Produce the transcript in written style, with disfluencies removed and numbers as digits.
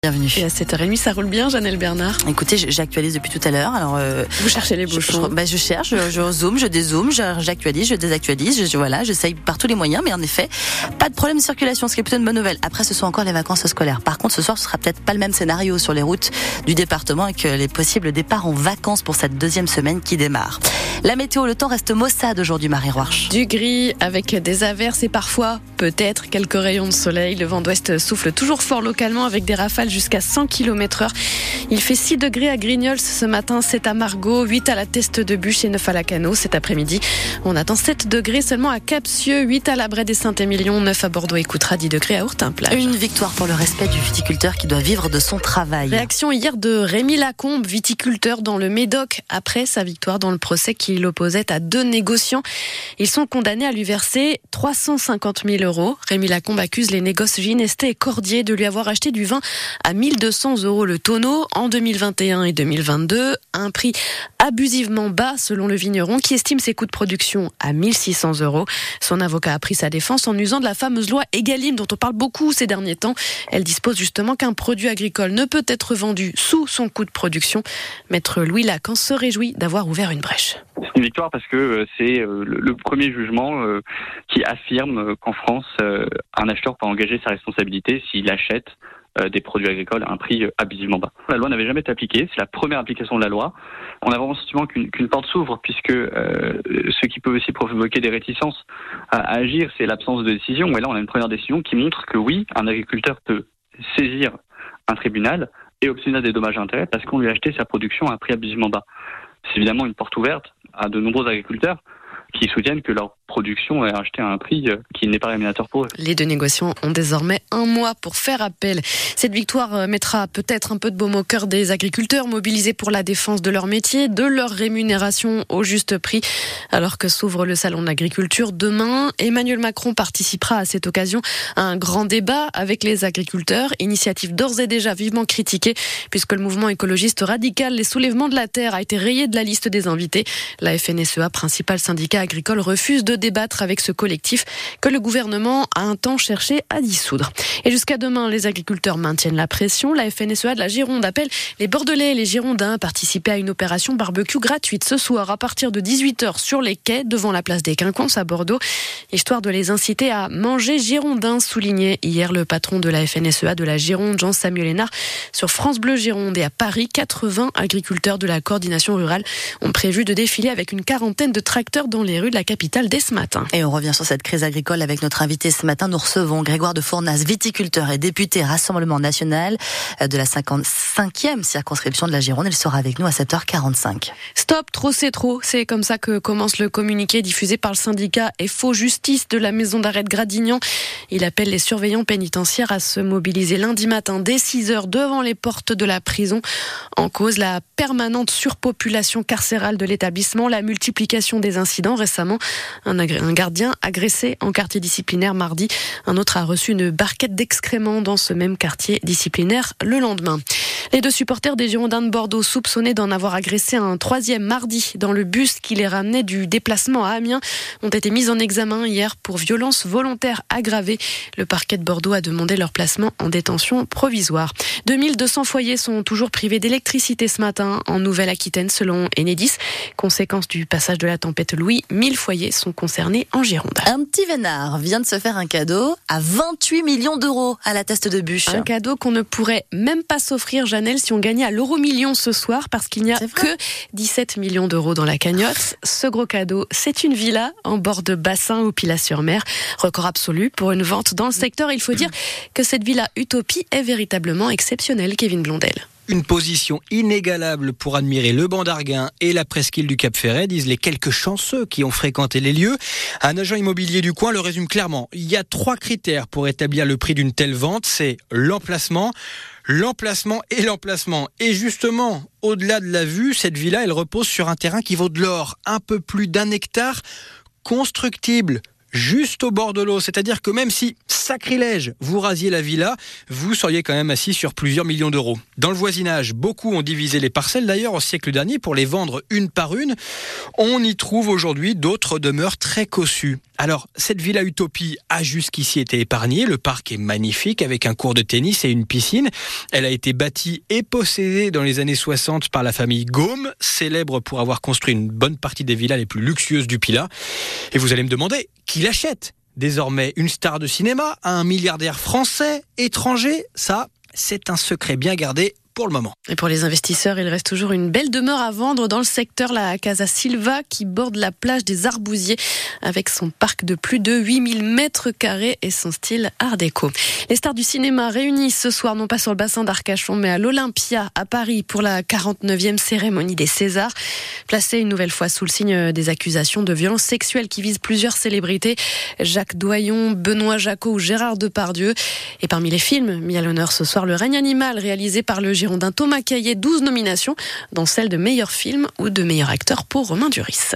Bienvenue. Et à 7h30, ça roule bien, Janelle Bernard? Écoutez, j'actualise depuis tout à l'heure. Alors, vous cherchez les bouchons? Je cherche, je zoome, je dézoome, j'actualise, je désactualise, j'essaye par tous les moyens, mais en effet, pas de problème de circulation, ce qui est plutôt une bonne nouvelle. Après, ce sont encore les vacances scolaires. Par contre, ce soir, ce sera peut-être pas le même scénario sur les routes du département avec les possibles départs en vacances pour cette deuxième semaine qui démarre. La météo, le temps reste maussade aujourd'hui, Marie Roarch. Du gris avec des averses et parfois, peut-être, quelques rayons de soleil. Le vent d'ouest souffle toujours fort localement avec des rafales jusqu'à 100 km/h. Il fait 6 degrés à Grignols ce matin, 7 à Margaux, 8 à la Teste de Bûche et 9 à Lacanau. Cet après-midi, on attend 7 degrés seulement à Capsieux, 8 à la Brède et Saint-Émilion, 9 à Bordeaux et Coutras, 10 degrés à Hourtin-Plage. Une victoire pour le respect du viticulteur qui doit vivre de son travail. Réaction hier de Rémi Lacombe, viticulteur dans le Médoc, après sa victoire dans le procès qui l'opposait à 2 négociants. Ils sont condamnés à lui verser 350 000 €. Rémi Lacombe accuse les négoces Ginesté et Cordier de lui avoir acheté du vin à 1200 € le tonneau en 2021 et 2022. Un prix abusivement bas selon le vigneron qui estime ses coûts de production à 1600 €. Son avocat a pris sa défense en usant de la fameuse loi Egalim dont on parle beaucoup ces derniers temps. Elle dispose justement qu'un produit agricole ne peut être vendu sous son coût de production. Maître Louis Lacan se réjouit d'avoir ouvert une brèche. C'est une victoire parce que c'est le premier jugement qui affirme qu'en France, un acheteur peut engager sa responsabilité s'il achète des produits agricoles à un prix abusivement bas. La loi n'avait jamais été appliquée, c'est la première application de la loi. On a vraiment le sentiment qu'une porte s'ouvre puisque ce qui peut aussi provoquer des réticences à agir, c'est l'absence de décision. Et là, on a une première décision qui montre que oui, un agriculteur peut saisir un tribunal et obtenir des dommages et intérêts parce qu'on lui a acheté sa production à un prix abusivement bas. C'est évidemment une porte ouverte à de nombreux agriculteurs qui soutiennent que leur production est achetée à un prix qui n'est pas rémunérateur pour eux. Les 2 négociants ont désormais 1 mois pour faire appel. Cette victoire mettra peut-être un peu de baume au cœur des agriculteurs mobilisés pour la défense de leur métier, de leur rémunération au juste prix. Alors que s'ouvre le salon de l'agriculture demain, Emmanuel Macron participera à cette occasion à un grand débat avec les agriculteurs. Initiative d'ores et déjà vivement critiquée puisque le mouvement écologiste radical Les Soulèvements de la Terre a été rayé de la liste des invités. La FNSEA, principal syndicat agricole, refuse de débattre avec ce collectif que le gouvernement a un temps cherché à dissoudre. Et jusqu'à demain, les agriculteurs maintiennent la pression. La FNSEA de la Gironde appelle les Bordelais et les Girondins à participer à une opération barbecue gratuite ce soir à partir de 18h sur les quais devant la place des Quinconces à Bordeaux, histoire de les inciter à manger girondin, soulignait hier le patron de la FNSEA de la Gironde, Jean-Samuel Hénard, sur France Bleu Gironde. Et à Paris, 80 agriculteurs de la coordination rurale ont prévu de défiler avec une quarantaine de tracteurs dans les rues de la capitale dès ce matin. Et on revient sur cette crise agricole avec notre invité ce matin. Nous recevons Grégoire de Fournas, viticulteur et député Rassemblement National de la 55e circonscription de la Gironde. Il sera avec nous à 7h45. Stop, trop c'est trop. C'est comme ça que commence le communiqué diffusé par le syndicat FO Justice de la maison d'arrêt de Gradignan. Il appelle les surveillants pénitentiaires à se mobiliser lundi matin dès 6h devant les portes de la prison. En cause, la permanente surpopulation carcérale de l'établissement, la multiplication des incidents. Récemment, un gardien agressé en quartier disciplinaire mardi. Un autre a reçu une barquette d'excréments dans ce même quartier disciplinaire le lendemain. Les 2 supporters des Girondins de Bordeaux soupçonnés d'en avoir agressé un 3e mardi dans le bus qui les ramenait du déplacement à Amiens ont été mis en examen hier pour violence volontaire aggravée. Le parquet de Bordeaux a demandé leur placement en détention provisoire. 2200 foyers sont toujours privés d'électricité ce matin en Nouvelle-Aquitaine selon Enedis. Conséquence du passage de la tempête Louis, 1000 foyers sont concernés en Gironde. Un petit vénard vient de se faire un cadeau à 28 millions € à la Teste de Bûche. Un cadeau qu'on ne pourrait même pas s'offrir, Janelle, si on gagnait à l'euro-million ce soir, parce qu'il n'y a que 17 millions € dans la cagnotte. Ce gros cadeau, c'est une villa en bord de bassin au Pilat-sur-Mer. Record absolu pour une vente dans le secteur. Il faut dire que cette villa Utopie est véritablement exceptionnelle, Kevin Blondel. Une position inégalable pour admirer le banc d'Arguin et la presqu'île du Cap Ferret, disent les quelques chanceux qui ont fréquenté les lieux. Un agent immobilier du coin le résume clairement. Il y a 3 critères pour établir le prix d'une telle vente. C'est l'emplacement et l'emplacement. Et justement, au-delà de la vue, cette villa, elle repose sur un terrain qui vaut de l'or. Un peu plus d'1 hectare constructible. juste au bord de l'eau. C'est-à-dire que même si, sacrilège, vous rasiez la villa, vous seriez quand même assis sur plusieurs millions d'euros. Dans le voisinage, beaucoup ont divisé les parcelles d'ailleurs au siècle dernier pour les vendre une par une. On y trouve aujourd'hui d'autres demeures très cossues. Alors, cette villa Utopie a jusqu'ici été épargnée. Le parc est magnifique avec un court de tennis et une piscine. Elle a été bâtie et possédée dans les années 60 par la famille Gaume, célèbre pour avoir construit une bonne partie des villas les plus luxueuses du Pilat. Et vous allez me demander, qui l'achète ? Désormais une star de cinéma, un milliardaire français, étranger, ça, c'est un secret bien gardé pour le moment. Et pour les investisseurs, il reste toujours une belle demeure à vendre dans le secteur, la Casa Silva, qui borde la plage des Arbousiers, avec son parc de plus de 8000 mètres carrés et son style art déco. Les stars du cinéma réunissent ce soir, non pas sur le bassin d'Arcachon, mais à l'Olympia, à Paris, pour la 49e cérémonie des Césars. Placée une nouvelle fois sous le signe des accusations de violences sexuelles qui visent plusieurs célébrités, Jacques Doyon, Benoît Jacot ou Gérard Depardieu. Et parmi les films mis à l'honneur ce soir, Le règne animal, réalisé par le Girondin Thomas Caillet, 12 nominations, dont celle de meilleur film ou de meilleur acteur pour Romain Duris.